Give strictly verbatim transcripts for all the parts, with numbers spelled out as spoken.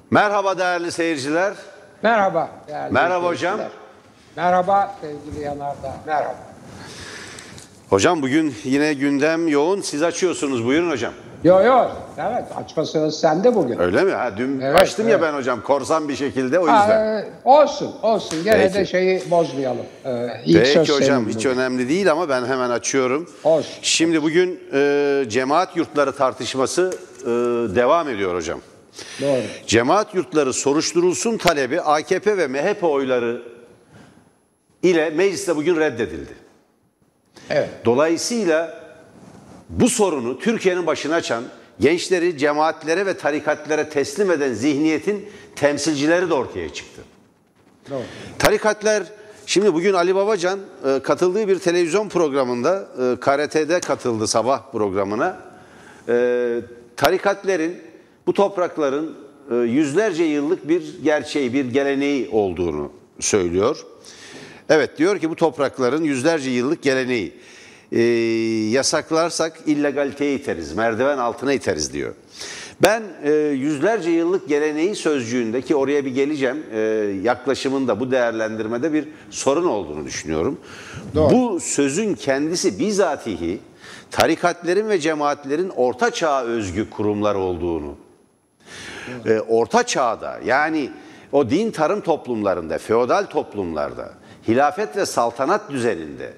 Merhaba değerli seyirciler. Merhaba değerli Merhaba hocam. Merhaba sevgili Yanardağ. Merhaba. Hocam bugün yine gündem yoğun. Siz açıyorsunuz. Buyurun hocam. Yok yok. Evet, açma sırası sende bugün. Öyle mi? Ha, dün Evet, açtım evet. ya ben hocam. Korsan bir şekilde o yüzden. Aa, olsun olsun. Gene Peki. de şeyi bozmayalım. Ee, ilk Peki söz hocam senin hiç bugün. önemli değil ama ben hemen açıyorum. Olsun. Şimdi bugün e, cemaat yurtları tartışması e, devam ediyor hocam. Doğru. Cemaat yurtları soruşturulsun talebi A K P ve M H P oyları ile mecliste bugün reddedildi. Evet. Dolayısıyla bu sorunu Türkiye'nin başına açan, gençleri cemaatlere ve tarikatlere teslim eden zihniyetin temsilcileri de ortaya çıktı. Doğru. Tarikatlar, şimdi bugün Ali Babacan e, katıldığı bir televizyon programında, e, K R T'de katıldı sabah programına. E, tarikatlerin, bu toprakların e, yüzlerce yıllık bir gerçeği, bir geleneği olduğunu söylüyor. Evet, diyor ki bu toprakların yüzlerce yıllık geleneği. E, yasaklarsak illegaliteye iteriz, merdiven altına iteriz diyor. Ben e, yüzlerce yıllık geleneği sözcüğündeki oraya bir geleceğim e, yaklaşımında bu değerlendirmede bir sorun olduğunu düşünüyorum. Doğru. Bu sözün kendisi bizatihi tarikatlerin ve cemaatlerin orta çağa özgü kurumlar olduğunu, e, orta çağda yani o din tarım toplumlarında, feodal toplumlarda, hilafet ve saltanat düzeninde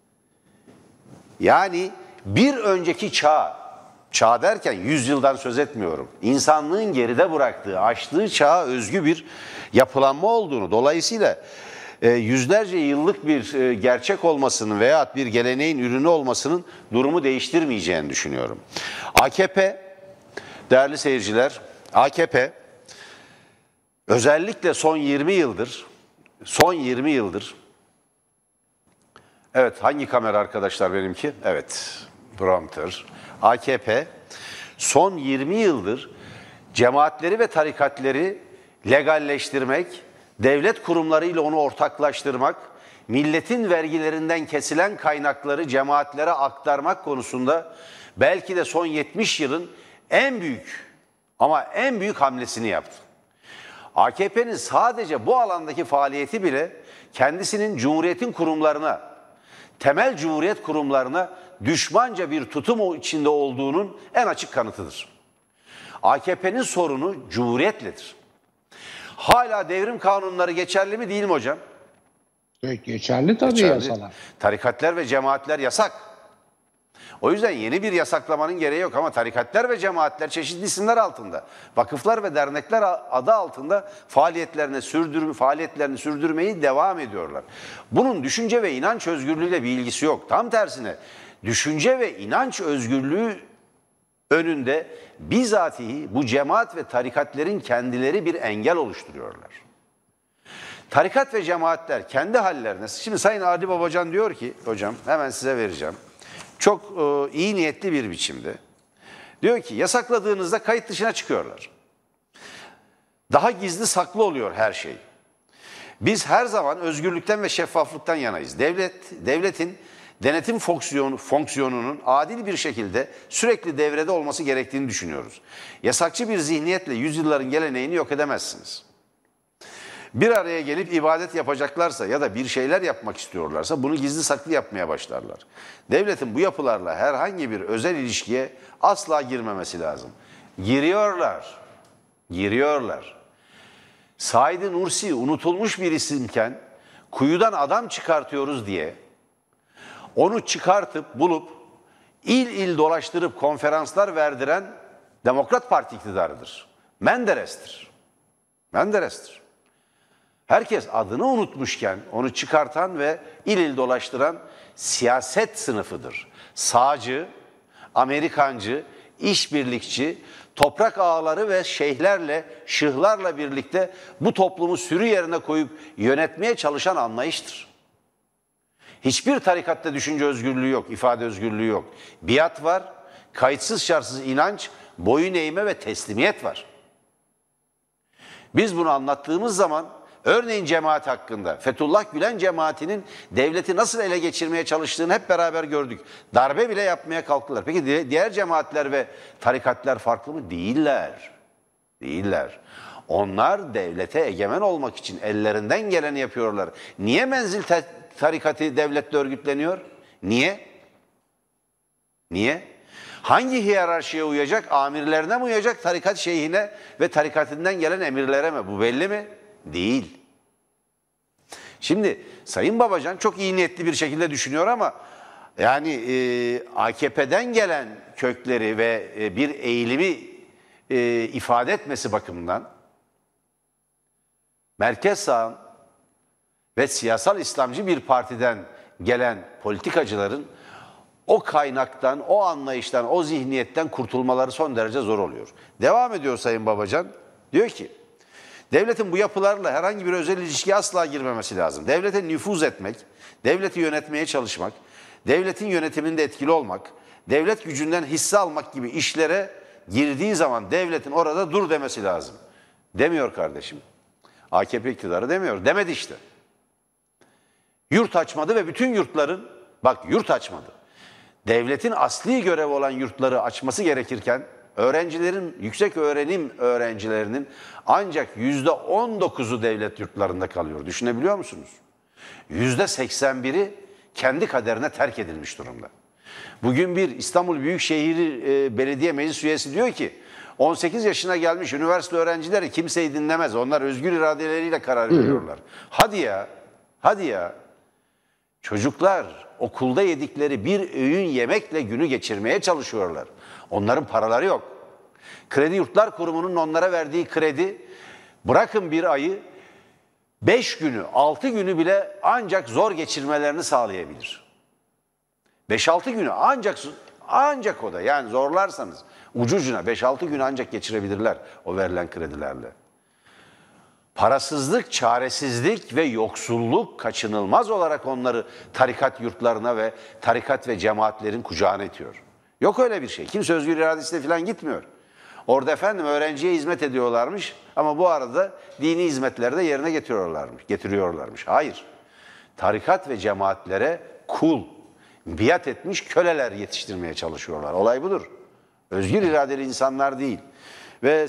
yani bir önceki çağ, çağ derken yüzyıldan söz etmiyorum, İnsanlığın geride bıraktığı, aştığı çağa özgü bir yapılanma olduğunu, dolayısıyla e, yüzlerce yıllık bir e, gerçek olmasının veya bir geleneğin ürünü olmasının durumu değiştirmeyeceğini düşünüyorum. A K P, değerli seyirciler, A K P özellikle son yirmi yıldır, son yirmi yıldır, evet hangi kamera arkadaşlar benimki? Evet, prompter. A K P son yirmi yıldır cemaatleri ve tarikatleri legalleştirmek, devlet kurumlarıyla onu ortaklaştırmak, milletin vergilerinden kesilen kaynakları cemaatlere aktarmak konusunda belki de son yetmiş yılın en büyük ama en büyük hamlesini yaptı. A K P'nin sadece bu alandaki faaliyeti bile kendisinin Cumhuriyet'in kurumlarına, temel Cumhuriyet kurumlarına düşmanca bir tutum içinde olduğunun en açık kanıtıdır. A K P'nin sorunu Cumhuriyet'ledir. Hala devrim kanunları geçerli mi değil mi hocam? Geçerli tabii Geçerli. yasalar. Tarikatlar ve cemaatler yasak. O yüzden yeni bir yasaklamanın gereği yok ama tarikatlar ve cemaatler çeşitli isimler altında, vakıflar ve dernekler adı altında faaliyetlerini, sürdür, faaliyetlerini sürdürmeyi devam ediyorlar. Bunun düşünce ve inanç özgürlüğüyle bir ilgisi yok. Tam tersine düşünce ve inanç özgürlüğü önünde bizatihi bu cemaat ve tarikatlerin kendileri bir engel oluşturuyorlar. Tarikat ve cemaatler kendi hallerine, şimdi Sayın Ali Babacan diyor ki, hocam hemen size vereceğim. Çok e, iyi niyetli bir biçimde. Diyor ki yasakladığınızda kayıt dışına çıkıyorlar. Daha gizli saklı oluyor her şey. Biz her zaman özgürlükten ve şeffaflıktan yanayız. Devlet, devletin denetim fonksiyonu, fonksiyonunun adil bir şekilde sürekli devrede olması gerektiğini düşünüyoruz. Yasakçı bir zihniyetle yüzyılların geleneğini yok edemezsiniz. Bir araya gelip ibadet yapacaklarsa ya da bir şeyler yapmak istiyorlarsa bunu gizli saklı yapmaya başlarlar. Devletin bu yapılarla herhangi bir özel ilişkiye asla girmemesi lazım. Giriyorlar, giriyorlar. Said Nursi unutulmuş bir isimken kuyudan adam çıkartıyoruz diye onu çıkartıp bulup il il dolaştırıp konferanslar verdiren Demokrat Parti iktidarıdır. Menderes'tir. Menderes'tir. Herkes adını unutmuşken onu çıkartan ve il il dolaştıran siyaset sınıfıdır. Sağcı, Amerikancı, işbirlikçi, toprak ağaları ve şeyhlerle, şıhlarla birlikte bu toplumu sürü yerine koyup yönetmeye çalışan anlayıştır. Hiçbir tarikatta düşünce özgürlüğü yok, ifade özgürlüğü yok. Biat var, kayıtsız şartsız inanç, boyun eğme ve teslimiyet var. Biz bunu anlattığımız zaman örneğin cemaat hakkında Fethullah Gülen cemaatinin devleti nasıl ele geçirmeye çalıştığını hep beraber gördük. Darbe bile yapmaya kalktılar. Peki diğer cemaatler ve tarikatlar farklı mı? Değiller. Değiller. Onlar devlete egemen olmak için ellerinden geleni yapıyorlar. Niye menzil te- tarikatı devletle örgütleniyor? Niye? Niye? Hangi hiyerarşiye uyacak? Amirlerine mi uyacak? Tarikat şeyhine ve tarikatinden gelen emirlere mi? Bu belli mi? Değil. Şimdi Sayın Babacan çok iyi niyetli bir şekilde düşünüyor ama yani e, A K P'den gelen kökleri ve e, bir eğilimi e, ifade etmesi bakımından merkez sağın ve siyasal İslamcı bir partiden gelen politikacıların o kaynaktan, o anlayıştan, o zihniyetten kurtulmaları son derece zor oluyor. Devam ediyor Sayın Babacan. Diyor ki, devletin bu yapılarla herhangi bir özel ilişkiye asla girmemesi lazım. Devlete nüfuz etmek, devleti yönetmeye çalışmak, devletin yönetiminde etkili olmak, devlet gücünden hisse almak gibi işlere girdiği zaman devletin orada dur demesi lazım. Demiyor kardeşim. A K P iktidarı demiyor. Demedi işte. Yurt açmadı ve bütün yurtların, bak yurt açmadı. Devletin asli görevi olan yurtları açması gerekirken öğrencilerin, yüksek öğrenim öğrencilerinin ancak yüzde on dokuzu devlet yurtlarında kalıyor. Düşünebiliyor musunuz? Yüzde seksen biri kendi kaderine terk edilmiş durumda. Bugün bir İstanbul Büyükşehir e, Belediye Meclis üyesi diyor ki on sekiz yaşına gelmiş üniversite öğrencileri kimseyi dinlemez. Onlar özgür iradeleriyle karar veriyorlar. Hadi ya, hadi ya. Çocuklar okulda yedikleri bir öğün yemekle günü geçirmeye çalışıyorlar. Onların paraları yok. Kredi Yurtlar Kurumu'nun onlara verdiği kredi, bırakın bir ayı, beş günü, altı günü bile ancak zor geçirmelerini sağlayabilir. Beş altı günü ancak ancak o da yani zorlarsanız ucucuna beş altı günü ancak geçirebilirler o verilen kredilerle. Parasızlık, çaresizlik ve yoksulluk kaçınılmaz olarak onları tarikat yurtlarına ve tarikat ve cemaatlerin kucağına itiyor. Yok öyle bir şey. Kimse özgür iradesiyle falan gitmiyor. Orada efendim öğrenciye hizmet ediyorlarmış ama bu arada dini hizmetleri de yerine getiriyorlarmış. getiriyorlarmış. Hayır. Tarikat ve cemaatlere kul, biat etmiş köleler yetiştirmeye çalışıyorlar. Olay budur. Özgür iradeli insanlar değil. Ve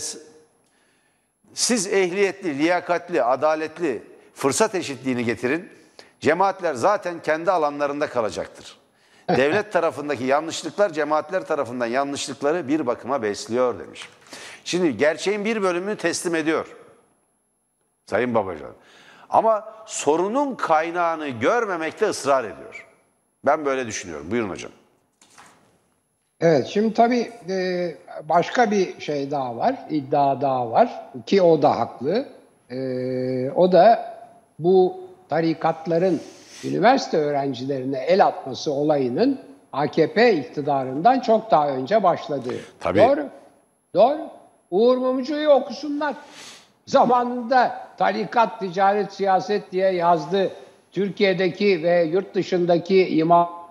siz ehliyetli, liyakatli, adaletli, fırsat eşitliğini getirin. Cemaatler zaten kendi alanlarında kalacaktır. Devlet tarafındaki yanlışlıklar cemaatler tarafından yanlışlıkları bir bakıma besliyor demiş. Şimdi gerçeğin bir bölümünü teslim ediyor Sayın Babacan. Ama sorunun kaynağını görmemekte ısrar ediyor. Ben böyle düşünüyorum. Buyurun hocam. Evet, şimdi tabii e, başka bir şey daha var, iddia daha var ki o da haklı. E, o da bu tarikatların üniversite öğrencilerine el atması olayının A K P iktidarından çok daha önce başladığı. Tabii. Doğru, doğru. Uğur Mumcu'yu okusunlar. Zamanında tarikat, ticaret, siyaset diye yazdı. Türkiye'deki ve yurt dışındaki imam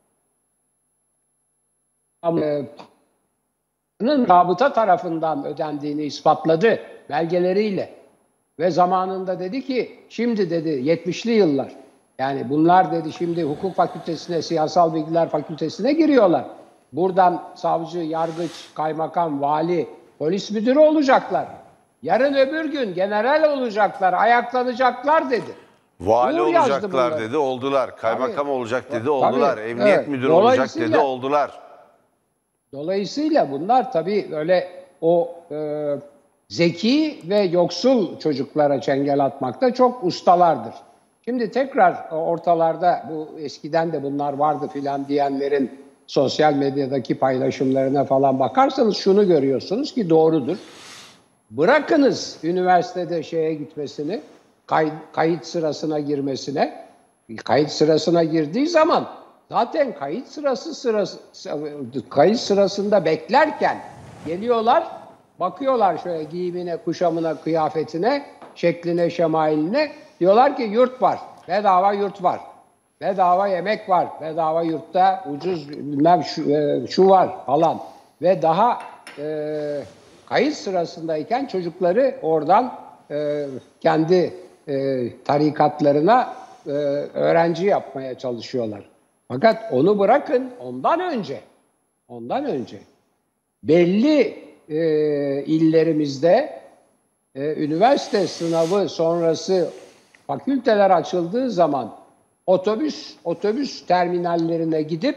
rabıta tarafından ödendiğini ispatladı belgeleriyle. Ve zamanında dedi ki, şimdi dedi yetmişli yıllar, yani bunlar dedi şimdi hukuk fakültesine, siyasal bilgiler fakültesine giriyorlar. Buradan savcı, yargıç, kaymakam, vali, polis müdürü olacaklar. Yarın öbür gün general olacaklar, ayaklanacaklar dedi. Vali Uğur olacaklar dedi, oldular. Kaymakam Tabii. olacak dedi, Tabii. oldular. Emniyet Evet. müdürü olacak Dolayısıyla- dedi, oldular. Dolayısıyla bunlar tabii öyle o e, zeki ve yoksul çocuklara çengel atmakta çok ustalardır. Şimdi tekrar ortalarda bu eskiden de bunlar vardı filan diyenlerin sosyal medyadaki paylaşımlarına falan bakarsanız şunu görüyorsunuz ki doğrudur. Bırakınız üniversitede şeye gitmesini, kay, kayıt sırasına girmesine, kayıt sırasına girdiği zaman zaten kayıt sırası sırası kayıt sırasında beklerken geliyorlar, bakıyorlar şöyle giyimine, kuşamına, kıyafetine, şekline, şemailine, diyorlar ki yurt var, bedava yurt var, bedava yemek var, bedava yurtta ucuz bilmem şu, e, şu var falan ve daha e, kayıt sırasındayken çocukları oradan e, kendi e, tarikatlarına e, öğrenci yapmaya çalışıyorlar. Fakat onu bırakın, ondan önce, ondan önce belli e, illerimizde e, üniversite sınavı sonrası fakülteler açıldığı zaman otobüs otobüs terminallerine gidip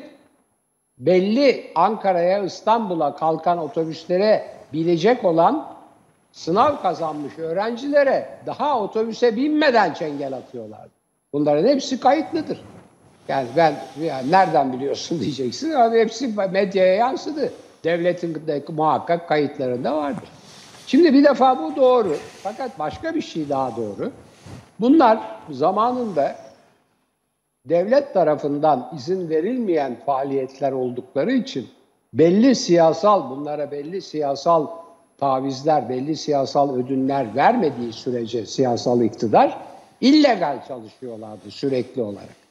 belli Ankara'ya, İstanbul'a kalkan otobüslere binecek olan sınav kazanmış öğrencilere daha otobüse binmeden çengel atıyorlardı. Bunların hepsi kayıtlıdır. Yani ben yani nereden biliyorsun diyeceksin ama hepsi medyaya yansıdı. Devletin de muhakkak kayıtlarında vardır. Şimdi bir defa bu doğru. Fakat başka bir şey daha doğru. Bunlar zamanında devlet tarafından izin verilmeyen faaliyetler oldukları için belli siyasal, bunlara belli siyasal tavizler, belli siyasal ödünler vermediği sürece siyasal iktidar illegal çalışıyorlardı sürekli olarak.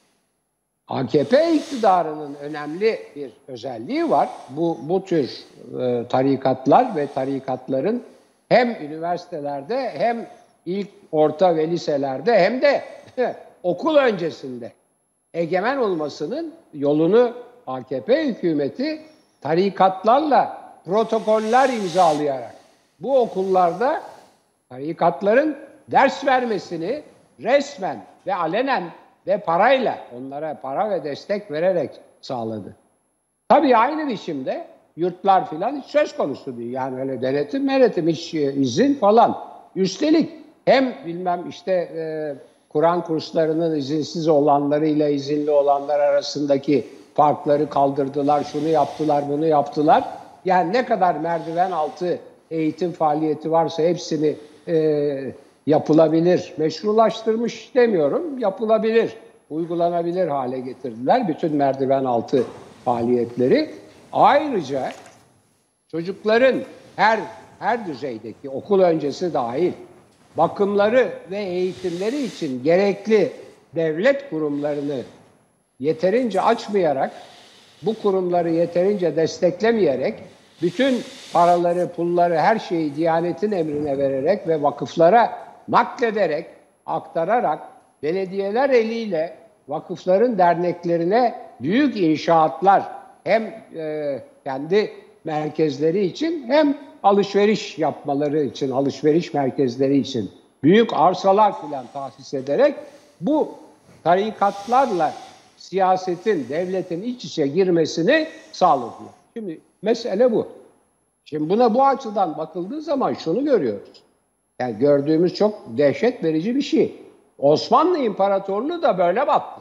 A K P iktidarının önemli bir özelliği var. Bu, bu tür e, tarikatlar ve tarikatların hem üniversitelerde hem ilk, orta ve liselerde hem de okul öncesinde egemen olmasının yolunu A K P hükümeti tarikatlarla protokoller imzalayarak bu okullarda tarikatların ders vermesini resmen ve alenen ve parayla, onlara para ve destek vererek sağladı. Tabii aynı biçimde yurtlar filan hiç söz konusu değil. Yani öyle denetim, menetim, hiç izin falan. Üstelik hem bilmem işte e, Kur'an kurslarının izinsiz olanlarıyla izinli olanlar arasındaki farkları kaldırdılar, şunu yaptılar, bunu yaptılar. Yani ne kadar merdiven altı eğitim faaliyeti varsa hepsini e, yapılabilir, meşrulaştırmış demiyorum, yapılabilir, uygulanabilir hale getirdiler bütün merdiven altı faaliyetleri. Ayrıca çocukların her her düzeydeki okul öncesi dahil bakımları ve eğitimleri için gerekli devlet kurumlarını yeterince açmayarak, bu kurumları yeterince desteklemeyerek, bütün paraları, pulları, her şeyi Diyanet'in emrine vererek ve vakıflara naklederek, aktararak, belediyeler eliyle vakıfların derneklerine büyük inşaatlar hem e, kendi merkezleri için hem alışveriş yapmaları için, alışveriş merkezleri için büyük arsalar filan tahsis ederek bu tarikatlarla siyasetin, devletin iç içe girmesini sağladılar. Şimdi mesele bu. Şimdi buna bu açıdan bakıldığı zaman şunu görüyoruz. Yani gördüğümüz çok dehşet verici bir şey. Osmanlı İmparatorluğu da böyle battı.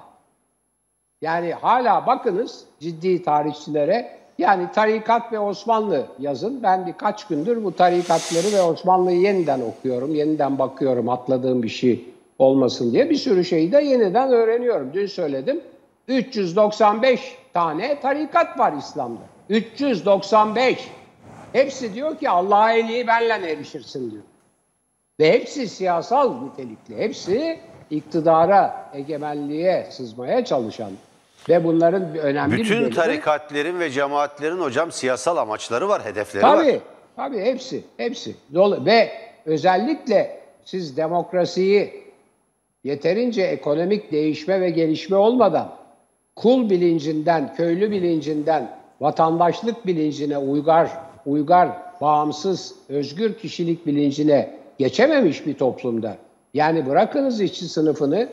Yani hala bakınız ciddi tarihçilere, yani tarikat ve Osmanlı yazın. Ben birkaç gündür bu tarikatları ve Osmanlı'yı yeniden okuyorum, yeniden bakıyorum atladığım bir şey olmasın diye. Bir sürü şeyi de yeniden öğreniyorum. Dün söyledim. üç yüz doksan beş tane tarikat var İslam'da. üç yüz doksan beş. Hepsi diyor ki Allah'a eliği benle erişirsin diyor. Ve hepsi siyasal nitelikli. Hepsi iktidara, egemenliğe sızmaya çalışan ve bunların önemli bütün bir bütün tarikatlerin ve cemaatlerin hocam siyasal amaçları var, hedefleri tabii, var. Tabii hepsi, hepsi. Dolu. Ve özellikle siz demokrasiyi yeterince ekonomik değişme ve gelişme olmadan kul bilincinden, köylü bilincinden vatandaşlık bilincine, uygar, uygar, bağımsız, özgür kişilik bilincine geçememiş bir toplumda, yani bırakınız işçi sınıfını,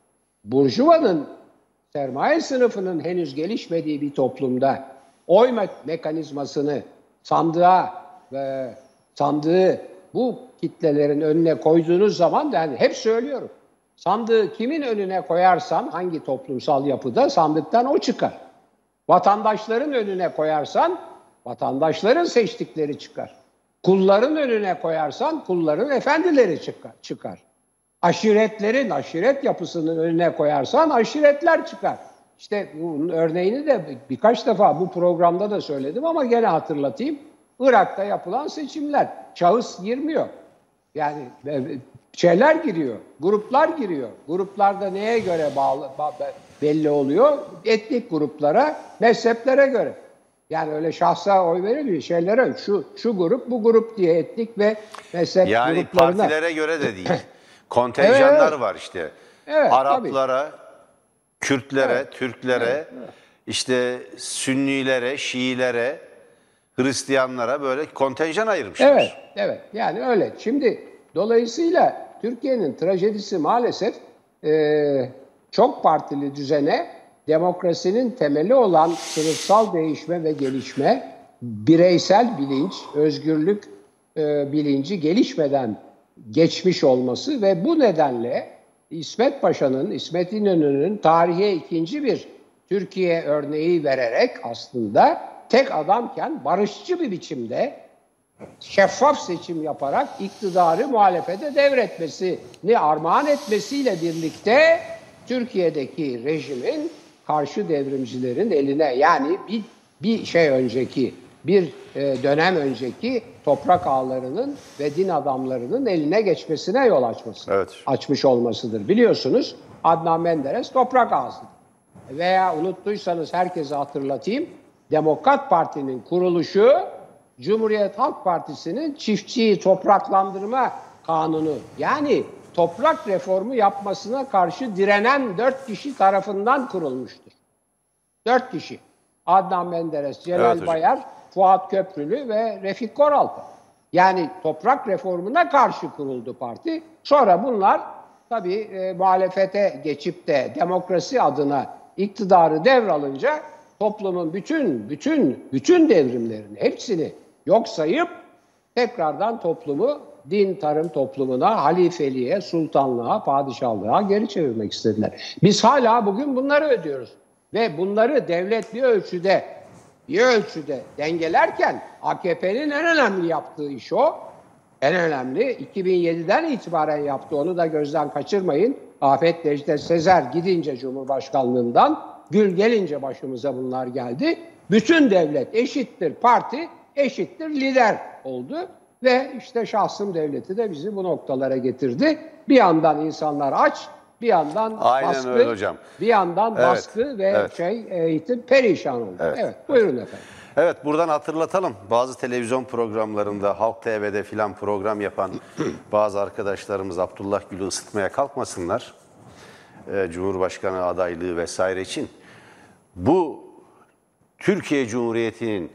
burjuvanın, sermaye sınıfının henüz gelişmediği bir toplumda oy me- mekanizmasını sandığa ve sandığı bu kitlelerin önüne koyduğunuz zaman, yani hep söylüyorum, sandığı kimin önüne koyarsan hangi toplumsal yapıda sandıktan o çıkar. Vatandaşların önüne koyarsan vatandaşların seçtikleri çıkar. Kulların önüne koyarsan kulların efendileri çıkar. çıkar. Aşiretlerin, aşiret yapısının önüne koyarsan aşiretler çıkar. İşte bunun örneğini de birkaç defa bu programda da söyledim ama gene hatırlatayım. Irak'ta yapılan seçimler. Şahıs girmiyor. Yani şeyler giriyor, gruplar giriyor. Gruplarda neye göre bağlı belli oluyor? Etnik gruplara, mezheplere göre. Yani öyle şahsa oy verilmiyor, şeylere şu şu grup, bu grup diye etnik ve mezhep yani gruplarına. Yani partilere göre de değil. Kontenjanlar evet, var işte. Evet, Araplara, tabii. Kürtlere, evet, Türklere, evet, evet. işte Sünnilere, Şiilere, Hristiyanlara böyle kontenjan ayırmışlar. Evet, evet. Yani öyle. Şimdi Dolayısıyla Türkiye'nin trajedisi maalesef e, çok partili düzene, demokrasinin temeli olan sınıfsal değişme ve gelişme, bireysel bilinç, özgürlük e, bilinci gelişmeden geçmiş olması ve bu nedenle İsmet Paşa'nın, İsmet İnönü'nün tarihe ikinci bir Türkiye örneği vererek aslında tek adamken barışçı bir biçimde şeffaf seçim yaparak iktidarı muhalefete devretmesini armağan etmesiyle birlikte Türkiye'deki rejimin karşı devrimcilerin eline, yani bir, bir şey önceki, bir e, dönem önceki toprak ağalarının ve din adamlarının eline geçmesine yol açması, Evet. açmış olmasıdır. Biliyorsunuz Adnan Menderes toprak ağasıdır. Veya unuttuysanız herkese hatırlatayım, Demokrat Parti'nin kuruluşu Cumhuriyet Halk Partisi'nin çiftçiyi topraklandırma kanunu, yani toprak reformu yapmasına karşı direnen dört kişi tarafından kurulmuştur. Dört kişi. Adnan Menderes, Celal Evet Bayar, Fuat Köprülü ve Refik Koralpa. Yani toprak reformuna karşı kuruldu parti. Sonra bunlar tabii e, muhalefete geçip de demokrasi adına iktidarı devralınca toplumun bütün bütün bütün devrimlerini hepsini yok sayıp tekrardan toplumu din tarım toplumuna, halifeliğe, sultanlığa, padişahlığa geri çevirmek istediler. Biz hala bugün bunları ödüyoruz. Ve bunları devlet bir ölçüde bir ölçüde dengelerken A K P'nin en önemli yaptığı iş o. En önemli iki bin yediden itibaren yaptı. Onu da gözden kaçırmayın. Afet Necdet Sezer gidince Cumhurbaşkanlığından, Gül gelince başımıza bunlar geldi. Bütün devlet eşittir parti, eşittir lider oldu. Ve işte şahsım devleti de bizi bu noktalara getirdi. Bir yandan insanlar aç, bir yandan Aynen baskı, öyle hocam. bir yandan Evet, baskı ve evet. şey eğitim perişan oldu. Evet. Evet, buyurun efendim. Evet, buradan hatırlatalım. Bazı televizyon programlarında, Halk T V'de filan program yapan bazı arkadaşlarımız Abdullah Gül'ü ısıtmaya kalkmasınlar. Ee, Cumhurbaşkanı adaylığı vesaire için. Bu Türkiye Cumhuriyeti'nin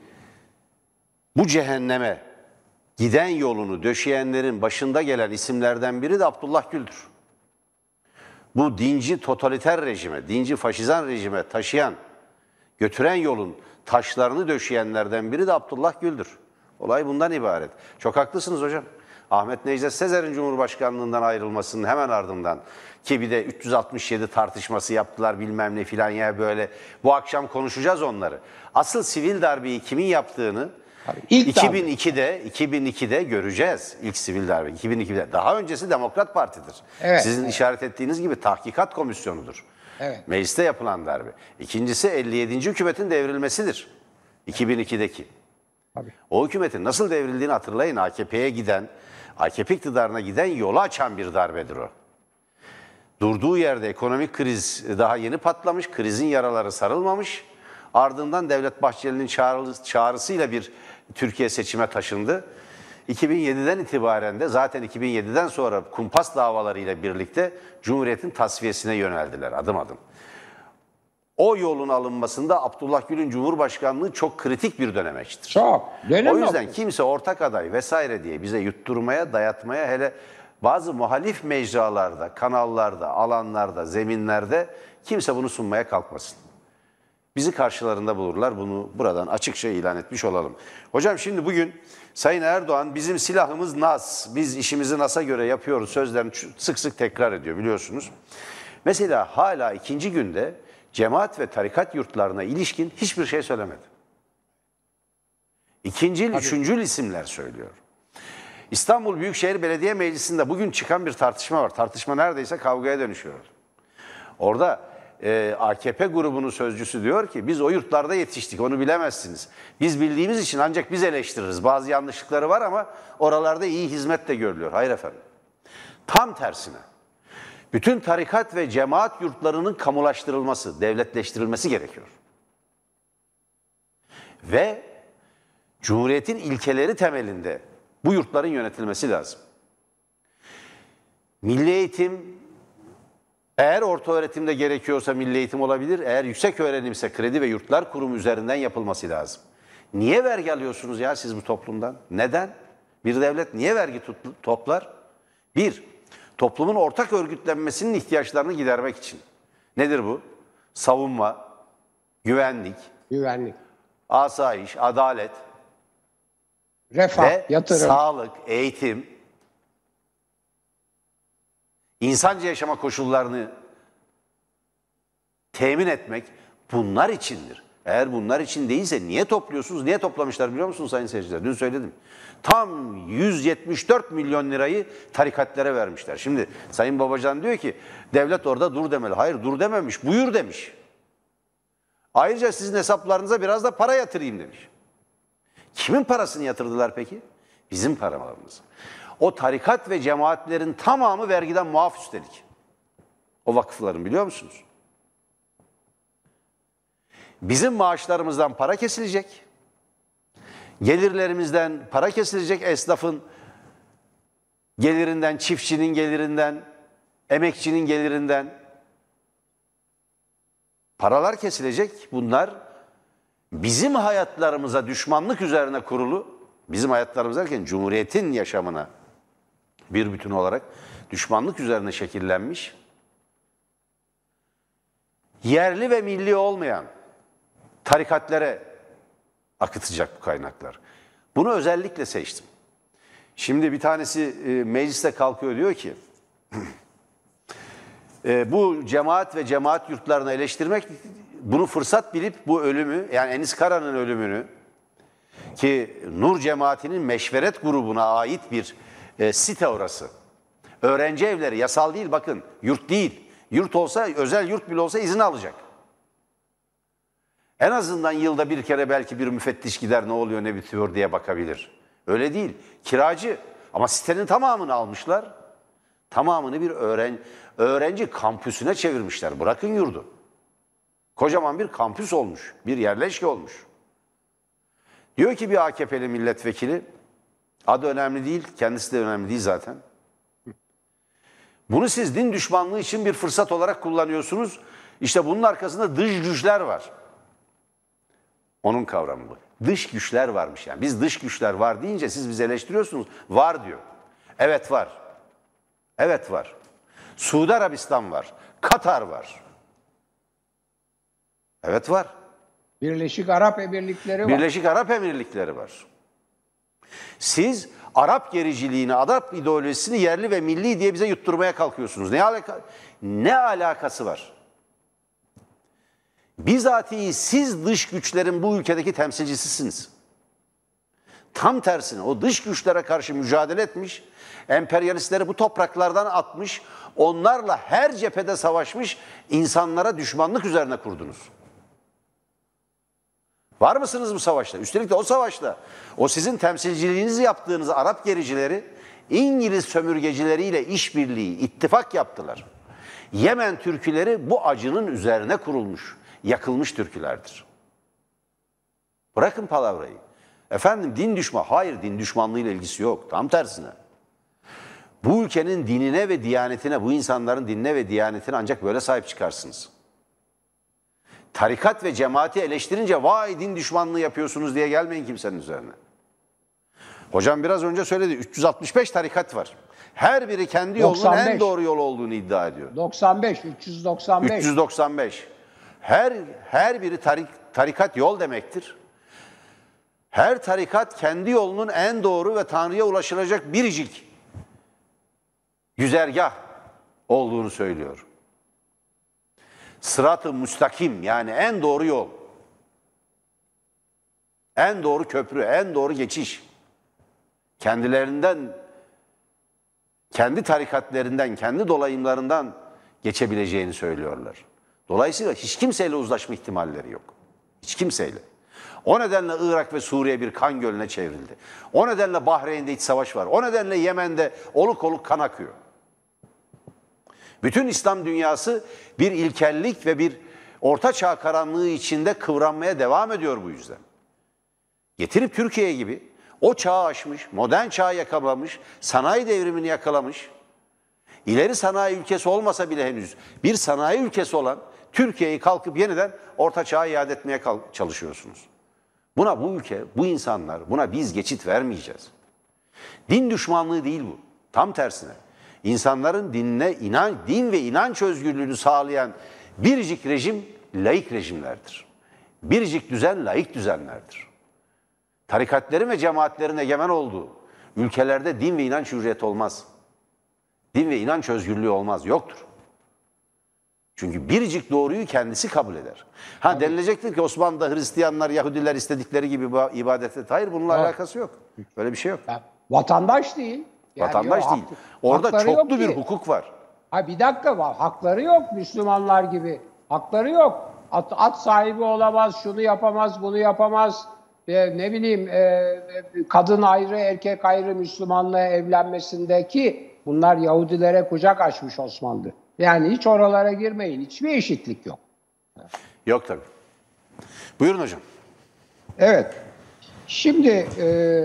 bu cehenneme giden yolunu döşeyenlerin başında gelen isimlerden biri de Abdullah Gül'dür. Bu dinci totaliter rejime, dinci faşizan rejime taşıyan, götüren yolun taşlarını döşeyenlerden biri de Abdullah Gül'dür. Olay bundan ibaret. Çok haklısınız hocam. Ahmet Necdet Sezer'in Cumhurbaşkanlığından ayrılmasının hemen ardından ki bir de üç yüz altmış yedi tartışması yaptılar bilmem ne filan ya böyle. Bu akşam konuşacağız onları. Asıl sivil darbeyi kimin yaptığını İlk iki bin ikide iki bin ikide göreceğiz. İlk sivil darbe iki bin ikide. Daha öncesi Demokrat Parti'dir. Evet, Sizin evet. işaret ettiğiniz gibi tahkikat komisyonudur. Evet. Mecliste yapılan darbe. İkincisi elli yedinci hükümetin devrilmesidir. iki bin ikideki. Tabii. O hükümetin nasıl devrildiğini hatırlayın. A K P'ye giden, A K P iktidarına giden yolu açan bir darbedir o. Durduğu yerde ekonomik kriz daha yeni patlamış, krizin yaraları sarılmamış. Ardından Devlet Bahçeli'nin çağrısıyla bir Türkiye seçime taşındı. iki bin yediden itibaren de zaten iki bin yediden sonra kumpas davalarıyla birlikte Cumhuriyet'in tasfiyesine yöneldiler adım adım. O yolun alınmasında Abdullah Gül'ün Cumhurbaşkanlığı çok kritik bir dönemeçtir. Çok. Dönem O yüzden noktası. kimse ortak aday vesaire diye bize yutturmaya, dayatmaya, hele bazı muhalif mecralarda, kanallarda, alanlarda, zeminlerde kimse bunu sunmaya kalkmasın. Bizi karşılarında bulurlar. Bunu buradan açıkça ilan etmiş olalım. Hocam şimdi bugün Sayın Erdoğan bizim silahımız Nas, biz işimizi Nas'a göre yapıyoruz sözlerini sık sık tekrar ediyor biliyorsunuz. Mesela hala ikinci günde cemaat ve tarikat yurtlarına ilişkin hiçbir şey söylemedi. İkincil, üçüncül isimler söylüyor. İstanbul Büyükşehir Belediye Meclisi'nde bugün çıkan bir tartışma var. Tartışma neredeyse kavgaya dönüşüyor. Orada e, A K P grubunun sözcüsü diyor ki biz o yurtlarda yetiştik, onu bilemezsiniz. Biz bildiğimiz için ancak biz eleştiririz. Bazı yanlışlıkları var ama oralarda iyi hizmet de görülüyor. Hayır efendim. Tam tersine. Bütün tarikat ve cemaat yurtlarının kamulaştırılması, devletleştirilmesi gerekiyor. Ve Cumhuriyet'in ilkeleri temelinde bu yurtların yönetilmesi lazım. Milli eğitim, eğer orta öğretimde gerekiyorsa milli eğitim olabilir, eğer yüksek öğrenimse Kredi ve Yurtlar Kurumu üzerinden yapılması lazım. Niye vergi alıyorsunuz ya siz bu toplumdan? Neden? Bir devlet niye vergi toplar? Bir, toplumun ortak örgütlenmesinin ihtiyaçlarını gidermek için. Nedir bu? Savunma, güvenlik, Güvenlik, asayiş, adalet refah, ve yatırım. sağlık, eğitim, insanca yaşama koşullarını temin etmek bunlar içindir. Eğer bunlar için değilse niye topluyorsunuz? Niye toplamışlar biliyor musunuz sayın seyirciler? Dün söyledim. Tam yüz yetmiş dört milyon lirayı tarikatlere vermişler. Şimdi Sayın Babacan diyor ki devlet orada dur demeli. Hayır dur dememiş, buyur demiş. Ayrıca sizin hesaplarınıza biraz da para yatırayım demiş. Kimin parasını yatırdılar peki? Bizim paralarımız. O tarikat ve cemaatlerin tamamı vergiden muaf üstelik. O vakıfların biliyor musunuz? Bizim maaşlarımızdan para kesilecek. Gelirlerimizden para kesilecek. Esnafın gelirinden, çiftçinin gelirinden, emekçinin gelirinden paralar kesilecek. Bunlar bizim hayatlarımıza düşmanlık üzerine kurulu, bizim hayatlarımız derken Cumhuriyet'in yaşamına bir bütün olarak düşmanlık üzerine şekillenmiş, yerli ve milli olmayan tarikatlere akıtacak bu kaynaklar. Bunu özellikle seçtim. Şimdi bir tanesi e, mecliste kalkıyor diyor ki, e, bu cemaat ve cemaat yurtlarını eleştirmek, bunu fırsat bilip bu ölümü, yani Enis Kara'nın ölümünü, ki Nur Cemaati'nin meşveret grubuna ait bir e, site orası. Öğrenci evleri, yasal değil bakın, yurt değil. Yurt olsa, özel yurt bile olsa izin alacak. En azından yılda bir kere belki bir müfettiş gider ne oluyor ne bitiyor diye bakabilir. Öyle değil. Kiracı ama sitenin tamamını almışlar. Tamamını bir öğren öğrenci kampüsüne çevirmişler. Bırakın yurdu. Kocaman bir kampüs olmuş. Bir yerleşke olmuş. Diyor ki bir A K P'li milletvekili, adı önemli değil, kendisi de önemli değil zaten. Bunu siz din düşmanlığı için bir fırsat olarak kullanıyorsunuz. İşte bunun arkasında dış güçler var. Onun kavramı bu. Dış güçler varmış yani. Biz dış güçler var deyince siz bizi eleştiriyorsunuz. Var diyor. Evet var. Evet var. Suudi Arabistan var. Katar var. Evet var. Birleşik Arap Emirlikleri var. Birleşik Arap Emirlikleri var. Siz Arap gericiliğini, Arap ideolojisini yerli ve milli diye bize yutturmaya kalkıyorsunuz. Ne, alaka ne alakası var? Bizatihi siz dış güçlerin bu ülkedeki temsilcisisiniz. Tam tersine o dış güçlere karşı mücadele etmiş, emperyalistleri bu topraklardan atmış, onlarla her cephede savaşmış, insanlara düşmanlık üzerine kurdunuz. Var mısınız bu savaşta? Üstelik de o savaşta o sizin temsilciliğinizi yaptığınız Arap gericileri İngiliz sömürgecileriyle işbirliği, ittifak yaptılar. Yemen türküleri bu acının üzerine kurulmuş, yakılmış türkülerdir. Bırakın palavrayı. Efendim din düşmanı, hayır din düşmanlığıyla ilgisi yok. Tam tersine. Bu ülkenin dinine ve diyanetine, bu insanların dinine ve diyanetine ancak böyle sahip çıkarsınız. Tarikat ve cemaati eleştirince vay din düşmanlığı yapıyorsunuz diye gelmeyin kimsenin üzerine. Hocam biraz önce söyledi üç yüz altmış beş tarikat var. Her biri kendi yolunun doksan beş. en doğru yol olduğunu iddia ediyor. doksan beş, üç yüz doksan beş. üç yüz doksan beş. Her her biri tarik, tarikat yol demektir. Her tarikat kendi yolunun en doğru ve Tanrı'ya ulaşılacak biricik güzergah olduğunu söylüyor. Sırat-ı müstakim yani en doğru yol. En doğru köprü, en doğru geçiş. Kendilerinden, kendi tarikatlerinden, kendi dolayımlarından geçebileceğini söylüyorlar. Dolayısıyla hiç kimseyle uzlaşma ihtimalleri yok. Hiç kimseyle. O nedenle Irak ve Suriye bir kan gölüne çevrildi. O nedenle Bahreyn'de iç savaş var. O nedenle Yemen'de oluk oluk kan akıyor. Bütün İslam dünyası bir ilkellik ve bir ortaçağ karanlığı içinde kıvranmaya devam ediyor bu yüzden. Getirip Türkiye gibi o çağı aşmış, modern çağı yakalamış, sanayi devrimini yakalamış, ileri sanayi ülkesi olmasa bile henüz bir sanayi ülkesi olan Türkiye'yi kalkıp yeniden orta çağa iade etmeye çalışıyorsunuz. Buna bu ülke, bu insanlar, buna biz geçit vermeyeceğiz. Din düşmanlığı değil bu. Tam tersine. insanların dinine, inan, din ve inanç özgürlüğünü sağlayan biricik rejim laik rejimlerdir. Biricik düzen laik düzenlerdir. Tarikatlerin ve cemaatlerin egemen olduğu ülkelerde din ve inanç hürriyeti olmaz. Din ve inanç özgürlüğü olmaz, yoktur. Çünkü biricik doğruyu kendisi kabul eder. Ha Tabii. denilecektir ki Osmanlı'da Hristiyanlar, Yahudiler istedikleri gibi ibadet et. Hayır, bununla evet. alakası yok. Böyle bir şey yok. Ya, vatandaş değil. Yani Vatandaş yok, değil. Hak, Orada çoklu bir ki. hukuk var. Ha, bir dakika var. Hakları yok Müslümanlar gibi. Hakları yok. At, at sahibi olamaz, şunu yapamaz, bunu yapamaz. E, ne bileyim e, kadın ayrı, erkek ayrı Müslümanla evlenmesindeki bunlar Yahudilere kucak açmış Osmanlı. Yani hiç oralara girmeyin. Hiçbir eşitlik yok. Yok tabii. Buyurun hocam. Evet. Şimdi e,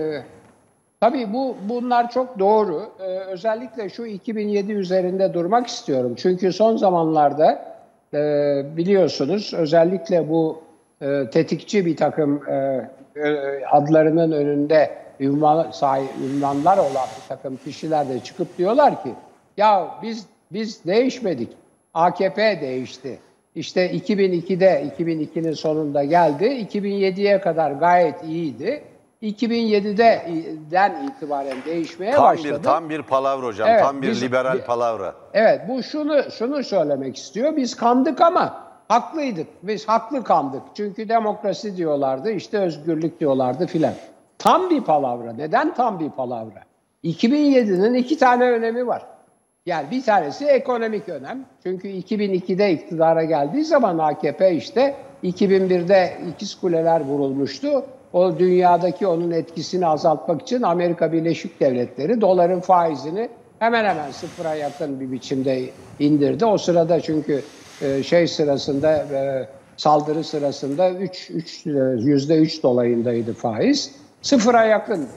tabii bu bunlar çok doğru. E, özellikle şu iki bin yedi üzerinde durmak istiyorum. Çünkü son zamanlarda e, biliyorsunuz özellikle bu e, tetikçi bir takım e, adlarının önünde ünvan, sahi, ünvanlar olan bir takım kişiler de çıkıp diyorlar ki ya biz biz değişmedik. A K P değişti. İşte iki bin ikide, iki bin ikinin sonunda geldi. iki bin yediye kadar gayet iyiydi. iki bin yediden itibaren değişmeye tam başladı. Bir, tam bir palavra hocam. Evet, tam bir biz, liberal bir, palavra. Evet, bu şunu şunu söylemek istiyor. Biz kandık ama haklıydık. Biz haklı kandık. Çünkü demokrasi diyorlardı, işte özgürlük diyorlardı filan. Tam bir palavra. Neden tam bir palavra? iki bin yedinin iki tane önemi var. Yani bir tanesi ekonomik önem. Çünkü iki bin ikide iktidara geldiği zaman A K P işte iki bin birde ikiz kuleler vurulmuştu. O dünyadaki onun etkisini azaltmak için Amerika Birleşik Devletleri doların faizini hemen hemen sıfıra yakın bir biçimde indirdi. O sırada çünkü şey sırasında saldırı sırasında üç, üç, yüzde üç dolayındaydı faiz. Sıfıra yakın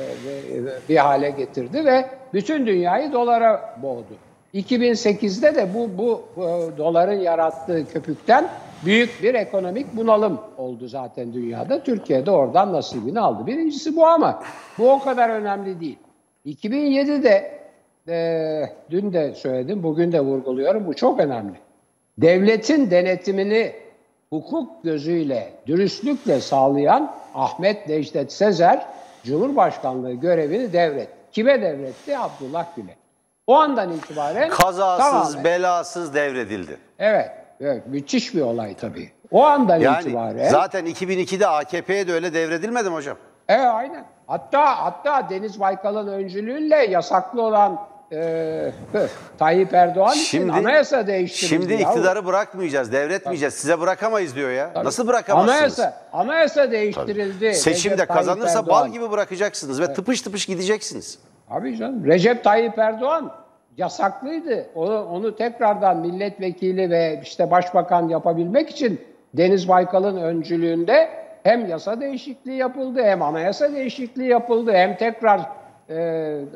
bir hale getirdi ve bütün dünyayı dolara boğdu. iki bin sekizde de bu, bu, bu doların yarattığı köpükten büyük bir ekonomik bunalım oldu zaten dünyada. Türkiye'de oradan nasibini aldı. Birincisi bu ama bu o kadar önemli değil. iki bin yedide e, dün de söyledim, bugün de vurguluyorum. Bu çok önemli. Devletin denetimini hukuk gözüyle, dürüstlükle sağlayan Ahmet Necdet Sezer Cumhurbaşkanlığı görevini devretti. Kime devretti? Abdullah Gül'e. O andan itibaren kazasız, tamamen, belasız devredildi. Evet, evet, müthiş bir olay tabii. O andan yani, itibaren. Zaten iki bin ikide A K P'ye de öyle devredilmedi mi hocam? Evet, aynen. Hatta hatta Deniz Baykal'ın öncülüğüyle yasaklı olan e, Tayyip Erdoğan şimdi, için anayasa değiştirildi. Şimdi ya. iktidarı bırakmayacağız, devretmeyeceğiz. Tabii. Size bırakamayız diyor ya. Tabii. Nasıl bırakamazsınız? Anayasa, anayasa değiştirildi. Tabii. Seçimde kazanırsa bal gibi bırakacaksınız ve evet. tıpış tıpış gideceksiniz. Abi canım, Recep Tayyip Erdoğan yasaklıydı. Onu, onu tekrardan milletvekili ve işte başbakan yapabilmek için Deniz Baykal'ın öncülüğünde hem yasa değişikliği yapıldı, hem anayasa değişikliği yapıldı, hem tekrar e, e,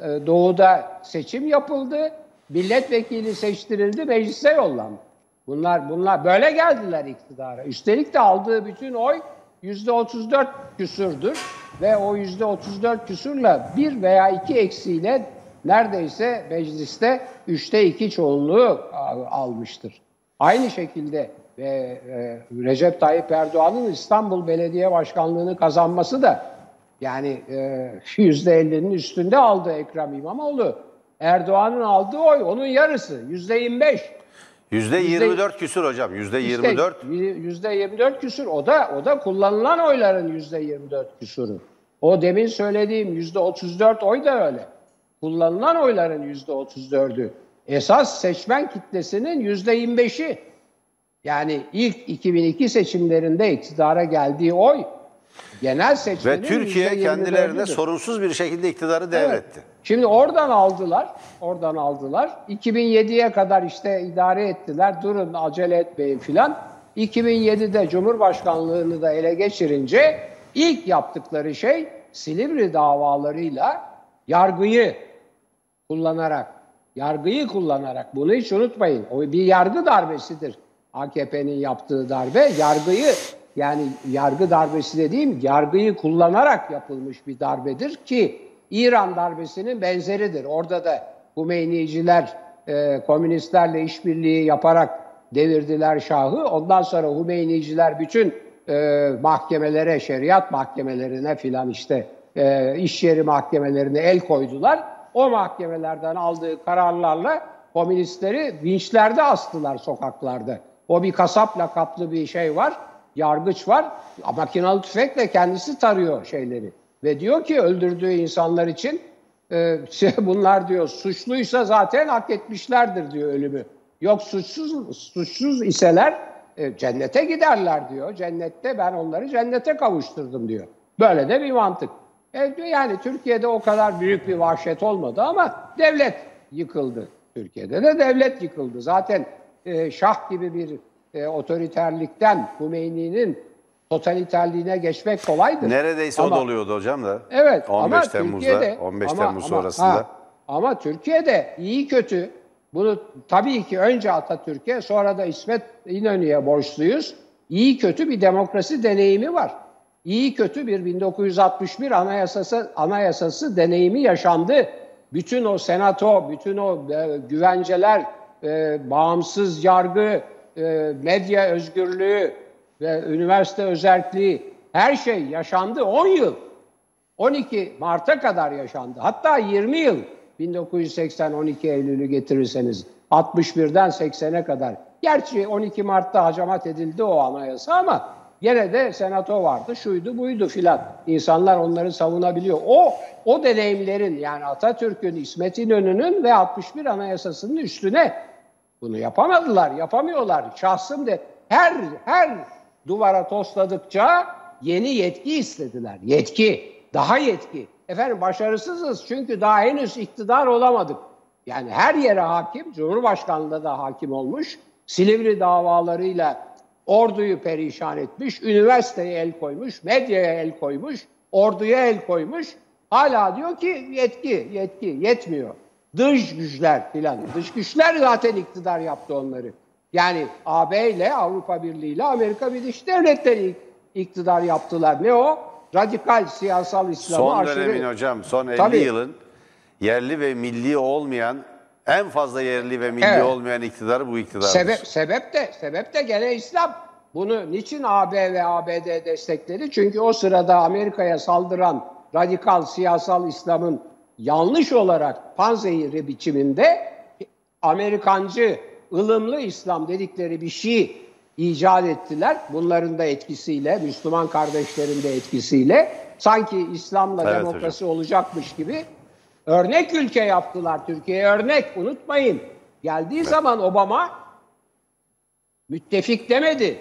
doğuda seçim yapıldı, milletvekili seçtirildi, meclise yollandı. Bunlar bunlar böyle geldiler iktidara. Üstelik de aldığı bütün oy yüzde otuz dört küsürdür ve o yüzde otuz dört küsürle bir veya iki eksiyle neredeyse mecliste üçte iki çoğunluğu almıştır. Aynı şekilde ve e, Recep Tayyip Erdoğan'ın İstanbul Belediye Başkanlığı'nı kazanması da yani yüzde ellinin üstünde aldı Ekrem İmamoğlu. Erdoğan'ın aldığı oy onun yarısı, yüzde yirmi beş. Yüzde yirmi dört küsür hocam, yüzde yirmi dört. Yüzde yirmi dört küsür, o da o da kullanılan oyların yüzde yirmi dört küsürü. O demin söylediğim yüzde otuz dört oy da öyle. Kullanılan oyların yüzde otuz dördü. Esas seçmen kitlesinin yüzde yirmi beşi. Yani ilk iki bin iki seçimlerinde iktidara geldiği oy genel seçmenin ve Türkiye kendilerine sorunsuz bir şekilde iktidarı devretti. Evet. Şimdi oradan aldılar, oradan aldılar. iki bin yediye kadar işte idare ettiler. Durun, acele etmeyin filan. iki bin yedide Cumhurbaşkanlığını da ele geçirince ilk yaptıkları şey Silivri davalarıyla yargıyı kullanarak, yargıyı kullanarak, bunu hiç unutmayın. O bir yargı darbesidir. A K P'nin yaptığı darbe, yargıyı, yani yargı darbesi dediğim yargıyı kullanarak yapılmış bir darbedir ki İran darbesinin benzeridir. Orada da Hümeyniciler e, komünistlerle işbirliği yaparak devirdiler Şah'ı. Ondan sonra Hümeyniciler bütün e, mahkemelere, şeriat mahkemelerine filan işte e, iş yeri mahkemelerine el koydular. O mahkemelerden aldığı kararlarla komünistleri vinçlerde astılar sokaklarda. O bir kasap lakaplı bir şey var, yargıç var. Makinalı tüfekle kendisi tarıyor şeyleri. Ve diyor ki öldürdüğü insanlar için e, bunlar diyor suçluysa zaten hak etmişlerdir diyor ölümü. Yok suçsuz suçsuz iseler e, cennete giderler diyor. Cennette ben onları cennete kavuşturdum diyor. Böyle de bir mantık. E, yani Türkiye'de o kadar büyük bir vahşet olmadı ama devlet yıkıldı. Türkiye'de de devlet yıkıldı. Zaten e, Şah gibi bir e, otoriterlikten Hümeyni'nin totaliterliğine geçmek kolaydır. Neredeyse ama, o da oluyordu hocam da. Evet. on beş ama Temmuz'da, Türkiye'de, on beş ama, Temmuz ama, sonrasında. Ha, ama Türkiye'de iyi kötü bunu tabii ki önce Atatürk'e sonra da İsmet İnönü'ye borçluyuz. İyi kötü bir demokrasi deneyimi var. İyi kötü bir bin dokuz yüz altmış bir anayasası anayasası deneyimi yaşandı. Bütün o senato, bütün o e, güvenceler, e, bağımsız yargı, e, medya özgürlüğü ve üniversite özerkliği her şey yaşandı. on yıl. on iki Mart'a kadar yaşandı. Hatta yirmi yıl bin dokuz yüz seksen on iki Eylül'ü getirirseniz altmış birden seksene kadar. Gerçi on iki Mart'ta hacamat edildi o anayasa ama gene de senato vardı, şuydu buydu filan. İnsanlar onları savunabiliyor. O o deneyimlerin yani Atatürk'ün, İsmet İnönü'nün ve altmış bir Anayasası'nın üstüne bunu yapamadılar, yapamıyorlar. Şahsım de her her duvara tosladıkça yeni yetki istediler. Yetki, daha yetki. Efendim başarısızız çünkü daha henüz iktidar olamadık. Yani her yere hakim, Cumhurbaşkanlığında da hakim olmuş. Silivri davalarıyla orduyu perişan etmiş, üniversiteye el koymuş, medyaya el koymuş, orduya el koymuş. Hala diyor ki yetki, yetki yetmiyor. Dış güçler filan. Dış güçler zaten iktidar yaptı onları. Yani A B ile, Avrupa Birliği ile Amerika Birleşik Devletleri iktidar yaptılar. Ne o? Radikal siyasal İslam'ı Son aşırı... dönemin hocam, son elli Tabii. yılın yerli ve milli olmayan, en fazla yerli ve milli Evet. olmayan iktidarı bu iktidardır. Sebep, sebep de sebep de gene İslam. Bunu niçin A B ve A B D destekledi? Çünkü o sırada Amerika'ya saldıran radikal siyasal İslam'ın yanlış olarak panzehiri biçiminde Amerikancı, ılımlı İslam dedikleri bir şey icat ettiler. Bunların da etkisiyle, Müslüman kardeşlerin de etkisiyle sanki İslam'la Evet demokrasi olacakmış gibi örnek ülke yaptılar. Türkiye'ye örnek, unutmayın. Geldiği evet. zaman Obama müttefik demedi.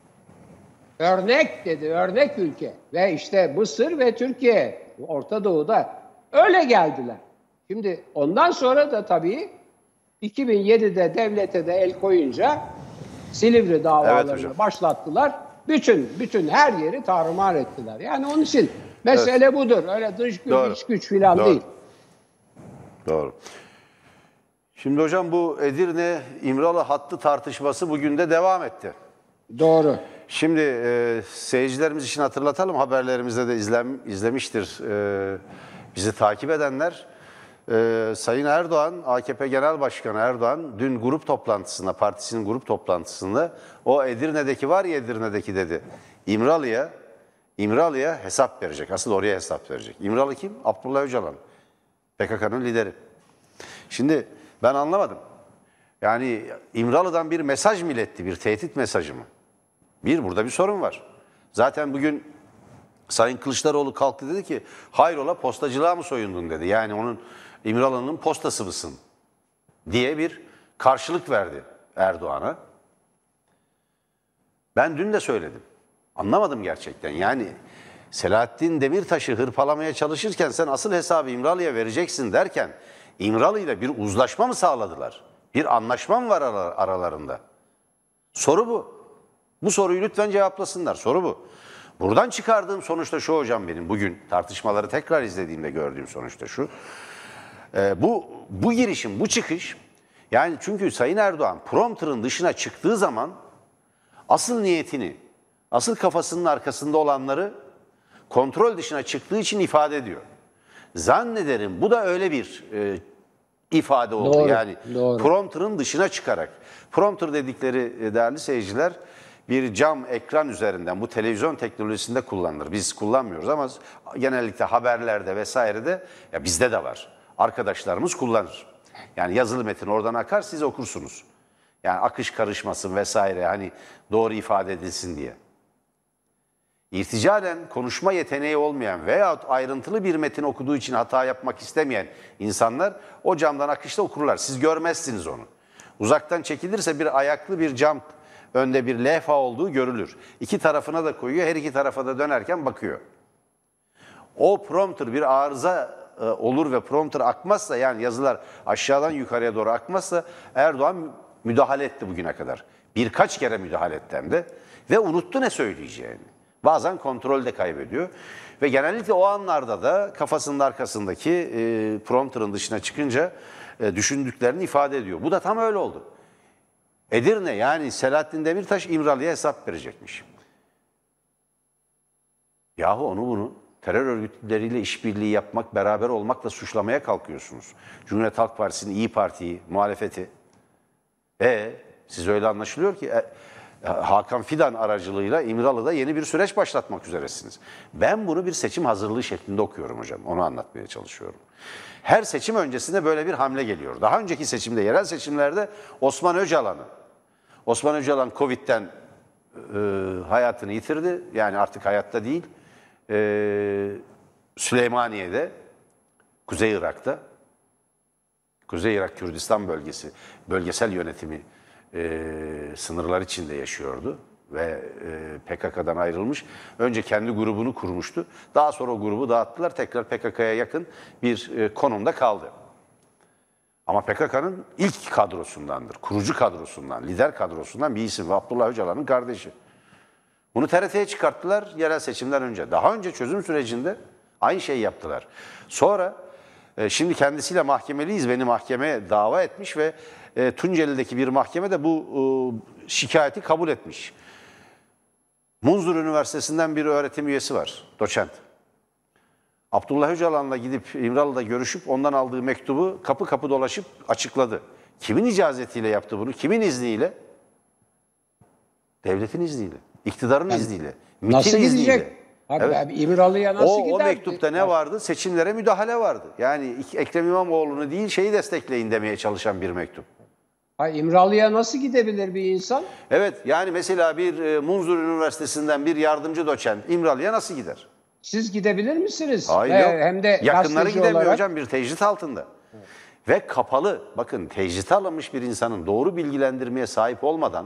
Örnek dedi, örnek ülke. Ve işte Mısır ve Türkiye, Orta Doğu'da öyle geldiler. Şimdi ondan sonra da tabii iki bin yedide devlete de el koyunca Silivri davalarını evet başlattılar. Bütün bütün her yeri tarumar ettiler. Yani onun için mesele evet. budur. Öyle dış güç, Doğru. iç güç falan Doğru. değil. Doğru. Şimdi hocam bu Edirne İmralı hattı tartışması bugün de devam etti. Doğru. Şimdi e, seyircilerimiz için hatırlatalım, haberlerimizde de izlem, izlemiştir e, bizi takip edenler. E, Sayın Erdoğan, A K P Genel Başkanı Erdoğan dün grup toplantısında, partisinin grup toplantısında o Edirne'deki var ya Edirne'deki dedi. İmralı'ya İmralı'ya hesap verecek. Asıl oraya hesap verecek. İmralı kim? Abdullah Öcalan. P K K'nın lideri. Şimdi ben anlamadım. Yani İmralı'dan bir mesaj mı iletti, bir tehdit mesajı mı? Bir, burada bir sorun var. Zaten bugün Sayın Kılıçdaroğlu kalktı dedi ki hayrola postacılığa mı soyundun dedi. Yani onun İmralı'nın postası mısın diye bir karşılık verdi Erdoğan'a. Ben dün de söyledim. Anlamadım gerçekten. Yani Selahattin Demirtaş'ı hırpalamaya çalışırken sen asıl hesabı İmralı'ya vereceksin derken İmralı'yla bir uzlaşma mı sağladılar? Bir anlaşma mı var aralarında? Soru bu. Bu soruyu lütfen cevaplasınlar. Soru bu. Buradan çıkardığım sonuçta şu hocam benim bugün tartışmaları tekrar izlediğimde gördüğüm sonuçta şu. Ee, bu, bu girişim, bu çıkış yani çünkü Sayın Erdoğan prompterın dışına çıktığı zaman asıl niyetini, asıl kafasının arkasında olanları kontrol dışına çıktığı için ifade ediyor. Zannederim bu da öyle bir e, ifade oldu. Doğru, Yani doğru. prompter'ın dışına çıkarak. Prompter dedikleri değerli seyirciler bir cam ekran üzerinden bu televizyon teknolojisinde kullanılır. Biz kullanmıyoruz ama genellikle haberlerde vesairede ya bizde de var. Arkadaşlarımız kullanır. Yani yazılı metin oradan akar siz okursunuz. Yani akış karışmasın vesaire hani doğru ifade edilsin diye. İrticalen konuşma yeteneği olmayan veyahut ayrıntılı bir metin okuduğu için hata yapmak istemeyen insanlar o camdan akışta okurlar. Siz görmezsiniz onu. Uzaktan çekilirse bir ayaklı bir cam önde bir levha olduğu görülür. İki tarafına da koyuyor, her iki tarafa da dönerken bakıyor. O prompter bir arıza e, olur ve prompter akmazsa yani yazılar aşağıdan yukarıya doğru akmazsa Erdoğan müdahale etti bugüne kadar. Birkaç kere müdahale etti hem de ve unuttu ne söyleyeceğini. Bazen kontrol de kaybediyor. Ve genellikle o anlarda da kafasının arkasındaki e, prompterın dışına çıkınca e, düşündüklerini ifade ediyor. Bu da tam öyle oldu. Edirne yani Selahattin Demirtaş İmralı'ya hesap verecekmiş. Yahu onu bunu terör örgütleriyle işbirliği yapmak, beraber olmakla suçlamaya kalkıyorsunuz. Cumhuriyet Halk Partisi'nin, İyi Parti'yi, muhalefeti. E siz öyle anlaşılıyor ki e, Hakan Fidan aracılığıyla İmralı'da yeni bir süreç başlatmak üzeresiniz. Ben bunu bir seçim hazırlığı şeklinde okuyorum hocam. Onu anlatmaya çalışıyorum. Her seçim öncesinde böyle bir hamle geliyor. Daha önceki seçimde, yerel seçimlerde Osman Öcalan'ı, Osman Öcalan Covid'den e, hayatını yitirdi. Yani artık hayatta değil. E, Süleymaniye'de, Kuzey Irak'ta, Kuzey Irak Kürdistan bölgesi, bölgesel yönetimi e, sınırlar içinde yaşıyordu ve e, P K K'dan ayrılmış. Önce kendi grubunu kurmuştu. Daha sonra o grubu dağıttılar. Tekrar P K K'ya yakın bir e, konumda kaldı. Ama P K K'nın ilk kadrosundandır. Kurucu kadrosundan, lider kadrosundan bir isim ve Abdullah Öcalan'ın kardeşi. Bunu T R T'ye çıkarttılar yerel seçimden önce. Daha önce çözüm sürecinde aynı şeyi yaptılar. Sonra e, şimdi kendisiyle mahkemeliyiz. Beni mahkemeye dava etmiş ve e, Tunceli'deki bir mahkeme de bu e, şikayeti kabul etmiş. Munzur Üniversitesi'nden bir öğretim üyesi var, doçent. Abdullah Öcalan'la gidip İmralı'da görüşüp ondan aldığı mektubu kapı kapı dolaşıp açıkladı. Kimin icazetiyle yaptı bunu? Kimin izniyle? Devletin izniyle, iktidarın yani, izniyle, nasıl MİT'in gidecek? izniyle. Abi, Evet. abi, İmralı'ya nasıl o, gider? O mektupta ne vardı? Seçimlere müdahale vardı. Yani Ekrem İmamoğlu'nu değil şeyi destekleyin demeye çalışan bir mektup. Ha, İmralı'ya nasıl gidebilir bir insan? Evet yani mesela bir e, Munzur Üniversitesi'nden bir yardımcı doçent İmralı'ya nasıl gider? Siz gidebilir misiniz? Hayır ee, yok. Hem de yakınları gidemiyor olarak... hocam bir tecrit altında. Evet. Ve kapalı bakın tecrit alınmış bir insanın doğru bilgilendirmeye sahip olmadan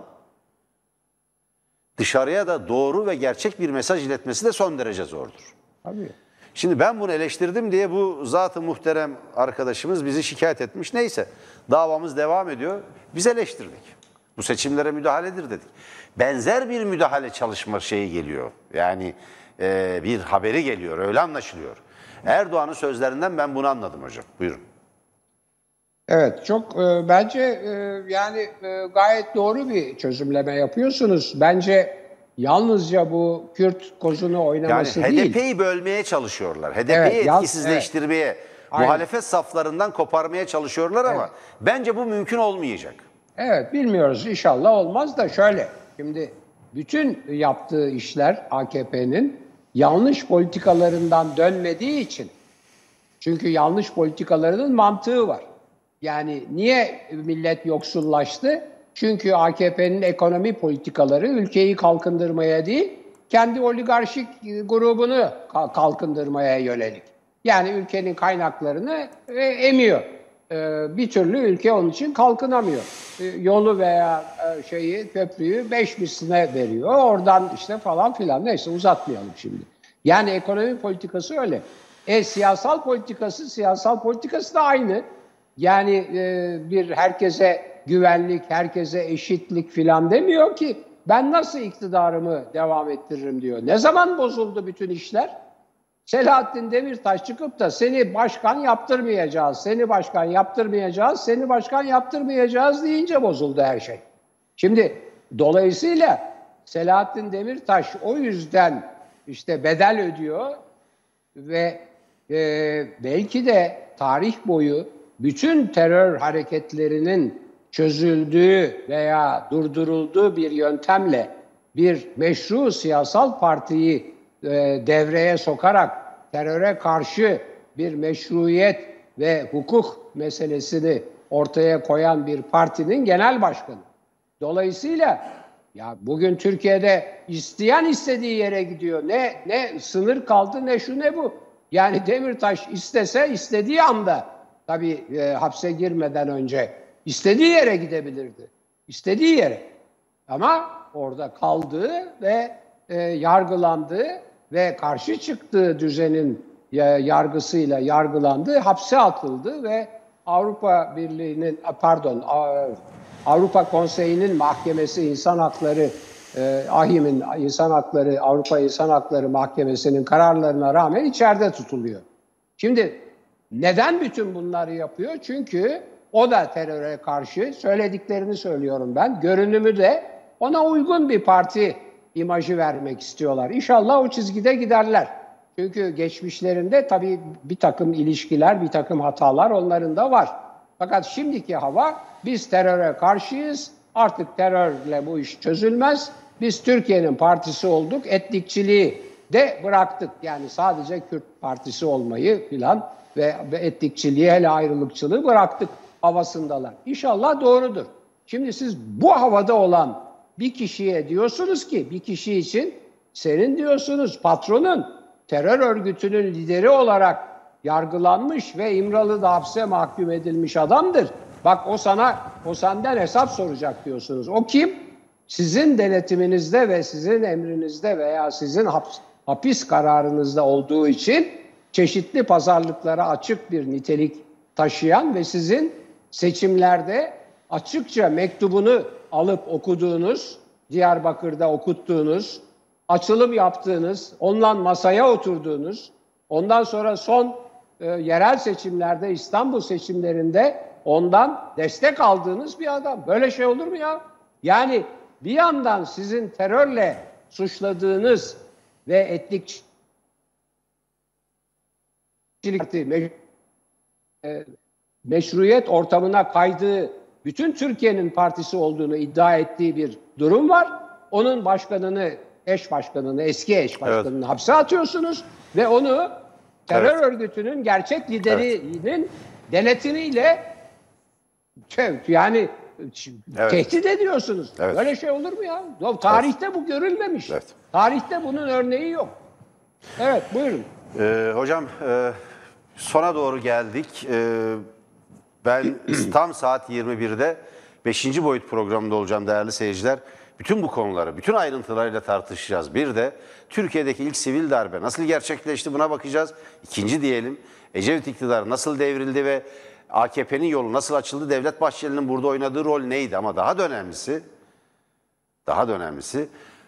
dışarıya da doğru ve gerçek bir mesaj iletmesi de son derece zordur. Tabii. Şimdi ben bunu eleştirdim diye bu zat-ı muhterem arkadaşımız bizi şikayet etmiş. Neyse davamız devam ediyor. Biz eleştirdik. Bu seçimlere müdahaledir dedik. Benzer bir müdahale çalışma şeyi geliyor. Yani e, bir haberi geliyor öyle anlaşılıyor. Erdoğan'ın sözlerinden ben bunu anladım hocam. Buyurun. Evet çok e, bence e, yani e, gayet doğru bir çözümleme yapıyorsunuz. Bence yalnızca bu Kürt kozunu oynaması yani değil. H D P'yi bölmeye çalışıyorlar. H D P'yi Evet, yaz- etkisizleştirmeye, evet. muhalefet saflarından koparmaya çalışıyorlar ama evet. Bence bu mümkün olmayacak. Evet bilmiyoruz inşallah olmaz da şöyle. Şimdi bütün yaptığı işler A K P'nin yanlış politikalarından dönmediği için. Çünkü yanlış politikalarının mantığı var. Yani niye millet yoksullaştı? Çünkü A K P'nin ekonomi politikaları ülkeyi kalkındırmaya değil, kendi oligarşik grubunu kalkındırmaya yönelik. Yani ülkenin kaynaklarını emiyor. Bir türlü ülke onun için kalkınamıyor. Yolu veya şeyi köprüyü beş misline veriyor. Oradan işte falan filan neyse uzatmayalım şimdi. Yani ekonomi politikası öyle. E siyasal politikası, siyasal politikası da aynı. Yani e, bir herkese güvenlik, herkese eşitlik filan demiyor ki. Ben nasıl iktidarımı devam ettiririm diyor. Ne zaman bozuldu bütün işler? Selahattin Demirtaş çıkıp da seni başkan yaptırmayacağız, seni başkan yaptırmayacağız, seni başkan yaptırmayacağız deyince bozuldu her şey. Şimdi dolayısıyla Selahattin Demirtaş o yüzden işte bedel ödüyor ve e, belki de tarih boyu bütün terör hareketlerinin çözüldüğü veya durdurulduğu bir yöntemle bir meşru siyasal partiyi e, devreye sokarak teröre karşı bir meşruiyet ve hukuk meselesini ortaya koyan bir partinin genel başkanı. Dolayısıyla ya bugün Türkiye'de isteyen istediği yere gidiyor. Ne ne sınır kaldı, ne şu ne bu. Yani Demirtaş istese istediği anda, tabii e, hapse girmeden önce istediği yere gidebilirdi. İstediği yere. Ama orada kaldığı ve e, yargılandığı ve karşı çıktığı düzenin e, yargısıyla yargılandığı, hapse atıldı ve Avrupa Birliği'nin pardon Avrupa Konseyi'nin mahkemesi insan hakları e, AHİM'in insan hakları Avrupa İnsan Hakları Mahkemesi'nin kararlarına rağmen içeride tutuluyor. Şimdi neden bütün bunları yapıyor? Çünkü o da teröre karşı söylediklerini söylüyorum ben. Görünümü de ona uygun bir parti imajı vermek istiyorlar. İnşallah o çizgide giderler. Çünkü geçmişlerinde tabii bir takım ilişkiler, bir takım hatalar onların da var. Fakat şimdiki hava, biz teröre karşıyız, artık terörle bu iş çözülmez. Biz Türkiye'nin partisi olduk, etnikçiliği de bıraktık. Yani sadece Kürt partisi olmayı filan ve etnikçiliği, hele ayrılıkçılığı bıraktık havasındalar. İnşallah doğrudur. Şimdi siz bu havada olan bir kişiye diyorsunuz ki, bir kişi için senin diyorsunuz patronun terör örgütünün lideri olarak yargılanmış ve İmralı'da hapse mahkum edilmiş adamdır. Bak o sana, o senden hesap soracak diyorsunuz. O kim? Sizin denetiminizde ve sizin emrinizde veya sizin hapis, hapis kararınızda olduğu için çeşitli pazarlıklara açık bir nitelik taşıyan ve sizin seçimlerde açıkça mektubunu alıp okuduğunuz, Diyarbakır'da okuttuğunuz, açılım yaptığınız, onunla masaya oturduğunuz, ondan sonra son e, yerel seçimlerde, İstanbul seçimlerinde ondan destek aldığınız bir adam. Böyle şey olur mu ya? Yani bir yandan sizin terörle suçladığınız ve etnik meşruiyet ortamına kaydığı, bütün Türkiye'nin partisi olduğunu iddia ettiği bir durum var. Onun başkanını, eş başkanını, eski eş başkanını evet. hapse atıyorsunuz ve onu terör evet. örgütünün gerçek liderinin evet. denetimiyle yani evet. tehdit ediyorsunuz. Evet. Böyle şey olur mu ya? Tarihte evet. bu görülmemiş. Evet. Tarihte bunun örneği yok. Evet, buyurun. Ee, hocam e, sona doğru geldik. Ee, ben tam saat yirmi birde beşinci boyut programında olacağım değerli seyirciler. Bütün bu konuları, bütün ayrıntılarıyla tartışacağız. Bir de Türkiye'deki ilk sivil darbe nasıl gerçekleşti buna bakacağız. İkinci diyelim, Ecevit iktidarı nasıl devrildi ve A K P'nin yolu nasıl açıldı? Devlet Bahçeli'nin burada oynadığı rol neydi? Ama daha da önemlisi, daha da önemlisi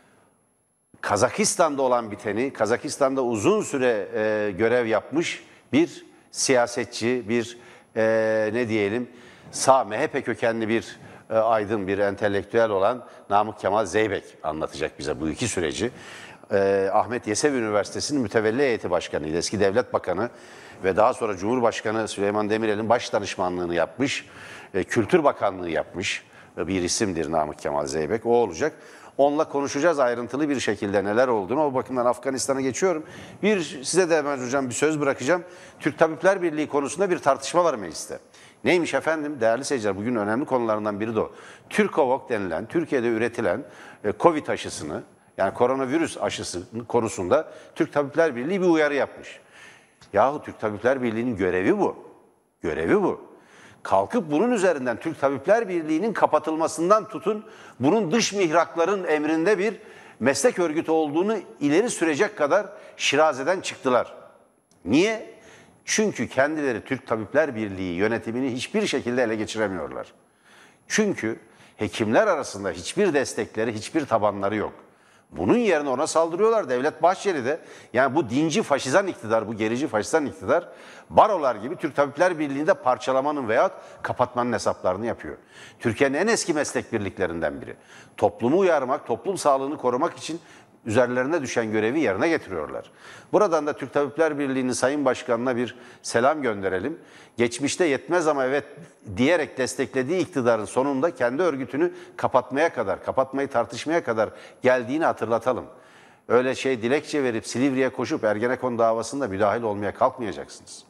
Kazakistan'da olan biteni, Kazakistan'da uzun süre e, görev yapmış bir siyasetçi, bir e, ne diyelim sağ M H P kökenli bir e, aydın, bir entelektüel olan Namık Kemal Zeybek anlatacak bize bu iki süreci. E, Ahmet Yesevi Üniversitesi'nin mütevelli heyeti başkanıydı, eski devlet bakanı ve daha sonra Cumhurbaşkanı Süleyman Demirel'in baş danışmanlığını yapmış, e, Kültür Bakanlığı yapmış bir isimdir Namık Kemal Zeybek. O olacak. Onunla konuşacağız ayrıntılı bir şekilde neler olduğunu. O bakımdan Afganistan'a geçiyorum. Bir size de hemen hocam bir söz bırakacağım. Türk Tabipler Birliği konusunda bir tartışma var mecliste. Neymiş efendim? Değerli seyirciler, bugün önemli konularından biri de o. Türkovok denilen, Türkiye'de üretilen e, Covid aşısını, yani koronavirüs aşısı konusunda Türk Tabipler Birliği bir uyarı yapmış. Yahu Türk Tabipler Birliği'nin görevi bu. Görevi bu. Kalkıp bunun üzerinden Türk Tabipler Birliği'nin kapatılmasından tutun, bunun dış mihrakların emrinde bir meslek örgütü olduğunu ileri sürecek kadar şirazeden çıktılar. Niye? Çünkü kendileri Türk Tabipler Birliği yönetimini hiçbir şekilde ele geçiremiyorlar. Çünkü hekimler arasında hiçbir destekleri, hiçbir tabanları yok. Bunun yerine ona saldırıyorlar. Devlet Bahçeli de, yani bu dinci faşizan iktidar, bu gerici faşizan iktidar barolar gibi Türk Tabipler Birliği'nde parçalamanın veyahut kapatmanın hesaplarını yapıyor. Türkiye'nin en eski meslek birliklerinden biri. Toplumu uyarmak, toplum sağlığını korumak için üzerlerine düşen görevi yerine getiriyorlar. Buradan da Türk Tabipler Birliği'nin Sayın Başkanı'na bir selam gönderelim. Geçmişte yetmez ama evet diyerek desteklediği iktidarın sonunda kendi örgütünü kapatmaya kadar, kapatmayı tartışmaya kadar geldiğini hatırlatalım. Öyle şey dilekçe verip Silivri'ye koşup Ergenekon davasında müdahil olmaya kalkmayacaksınız.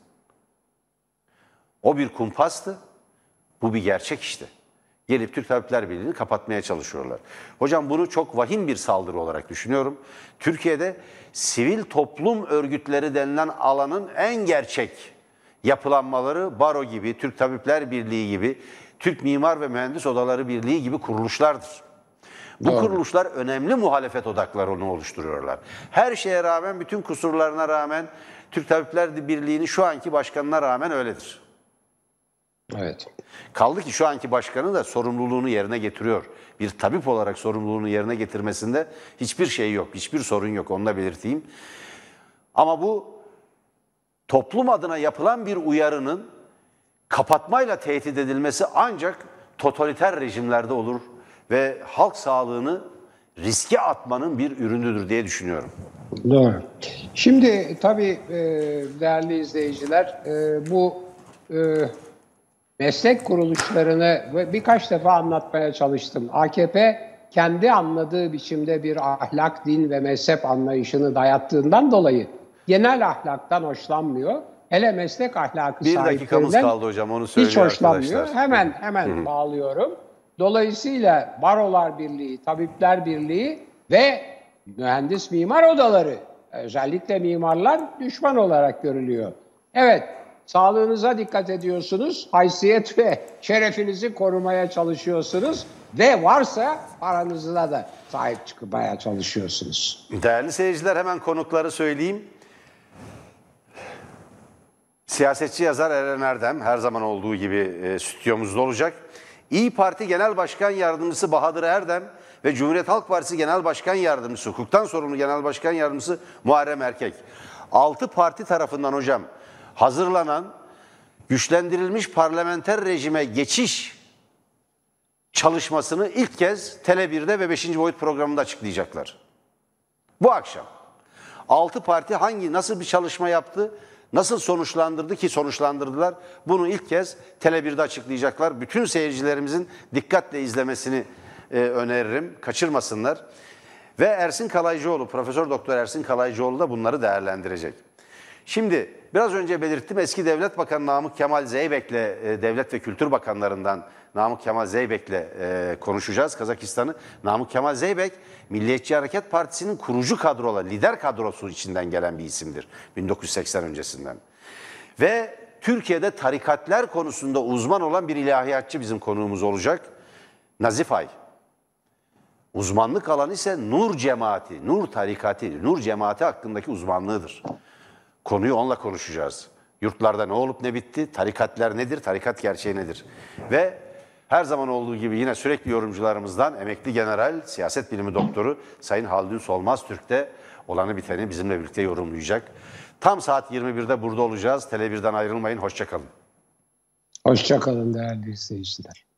O bir kumpastı, bu bir gerçek işte. Gelip Türk Tabipler Birliği'ni kapatmaya çalışıyorlar. Hocam bunu çok vahim bir saldırı olarak düşünüyorum. Türkiye'de sivil toplum örgütleri denilen alanın en gerçek yapılanmaları Baro gibi, Türk Tabipler Birliği gibi, Türk Mimar ve Mühendis Odaları Birliği gibi kuruluşlardır. Bu Doğru. kuruluşlar önemli muhalefet odaklarını oluşturuyorlar. Her şeye rağmen, bütün kusurlarına rağmen Türk Tabipler Birliği'nin şu anki başkanına rağmen öyledir. Evet. Kaldı ki şu anki başkanı da sorumluluğunu yerine getiriyor. Bir tabip olarak sorumluluğunu yerine getirmesinde hiçbir şey yok, hiçbir sorun yok, onu da belirteyim. Ama bu toplum adına yapılan bir uyarının kapatmayla tehdit edilmesi ancak totaliter rejimlerde olur ve halk sağlığını riske atmanın bir ürünüdür diye düşünüyorum. Doğru. Şimdi tabii e, değerli izleyiciler e, bu e, meslek kuruluşlarını birkaç defa anlatmaya çalıştım. A K P kendi anladığı biçimde bir ahlak, din ve mezhep anlayışını dayattığından dolayı genel ahlaktan hoşlanmıyor. Hele meslek ahlakı Bir dakikamız sahiplerinden kaldı hocam, onu söylüyor hiç hoşlanmıyor. arkadaşlar. Hemen hemen Hı-hı. bağlıyorum. Dolayısıyla Barolar Birliği, Tabipler Birliği ve mühendis mimar odaları, özellikle mimarlar düşman olarak görülüyor. Evet, sağlığınıza dikkat ediyorsunuz, haysiyet ve şerefinizi korumaya çalışıyorsunuz ve varsa paranızına da sahip çıkmaya çalışıyorsunuz. Değerli seyirciler, hemen konukları söyleyeyim. Siyasetçi yazar Eren Erdem her zaman olduğu gibi e, stüdyomuzda olacak. İYİ Parti Genel Başkan Yardımcısı Bahadır Erdem ve Cumhuriyet Halk Partisi Genel Başkan Yardımcısı, hukuktan sorumlu Genel Başkan Yardımcısı Muharrem Erkek. Altı parti tarafından hocam hazırlanan güçlendirilmiş parlamenter rejime geçiş çalışmasını ilk kez Tele bir'de ve beşinci Boyut programında açıklayacaklar. Bu akşam. Altı parti hangi, nasıl bir çalışma yaptı, nasıl sonuçlandırdı ki sonuçlandırdılar, bunu ilk kez Tele bir'de açıklayacaklar. Bütün seyircilerimizin dikkatle izlemesini e, öneririm, kaçırmasınlar. Ve Ersin Kalaycıoğlu, Profesör Doktor Ersin Kalaycıoğlu da bunları değerlendirecek. Şimdi biraz önce belirttim, eski Devlet Bakanı Namık Kemal Zeybek'le, e, Devlet ve Kültür Bakanlarından Namık Kemal Zeybek'le e, konuşacağız Kazakistan'ı. Namık Kemal Zeybek, Milliyetçi Hareket Partisi'nin kurucu kadrola, lider kadrosu içinden gelen bir isimdir bin dokuz yüz seksen öncesinden. Ve Türkiye'de tarikatler konusunda uzman olan bir ilahiyatçı bizim konuğumuz olacak. Nazif Ay. Uzmanlık alanı ise Nur Cemaati, Nur Tarikati, Nur Cemaati hakkındaki uzmanlığıdır. Konuyu onunla konuşacağız. Yurtlarda ne olup ne bitti, tarikatler nedir, tarikat gerçeği nedir? Ve her zaman olduğu gibi yine sürekli yorumcularımızdan emekli general, siyaset bilimi doktoru Sayın Haldun Solmaz Türk de olanı biteni bizimle birlikte yorumlayacak. Tam saat yirmi bir'de burada olacağız. Tele bir'den ayrılmayın, hoşça kalın. Hoşça kalın değerli izleyiciler.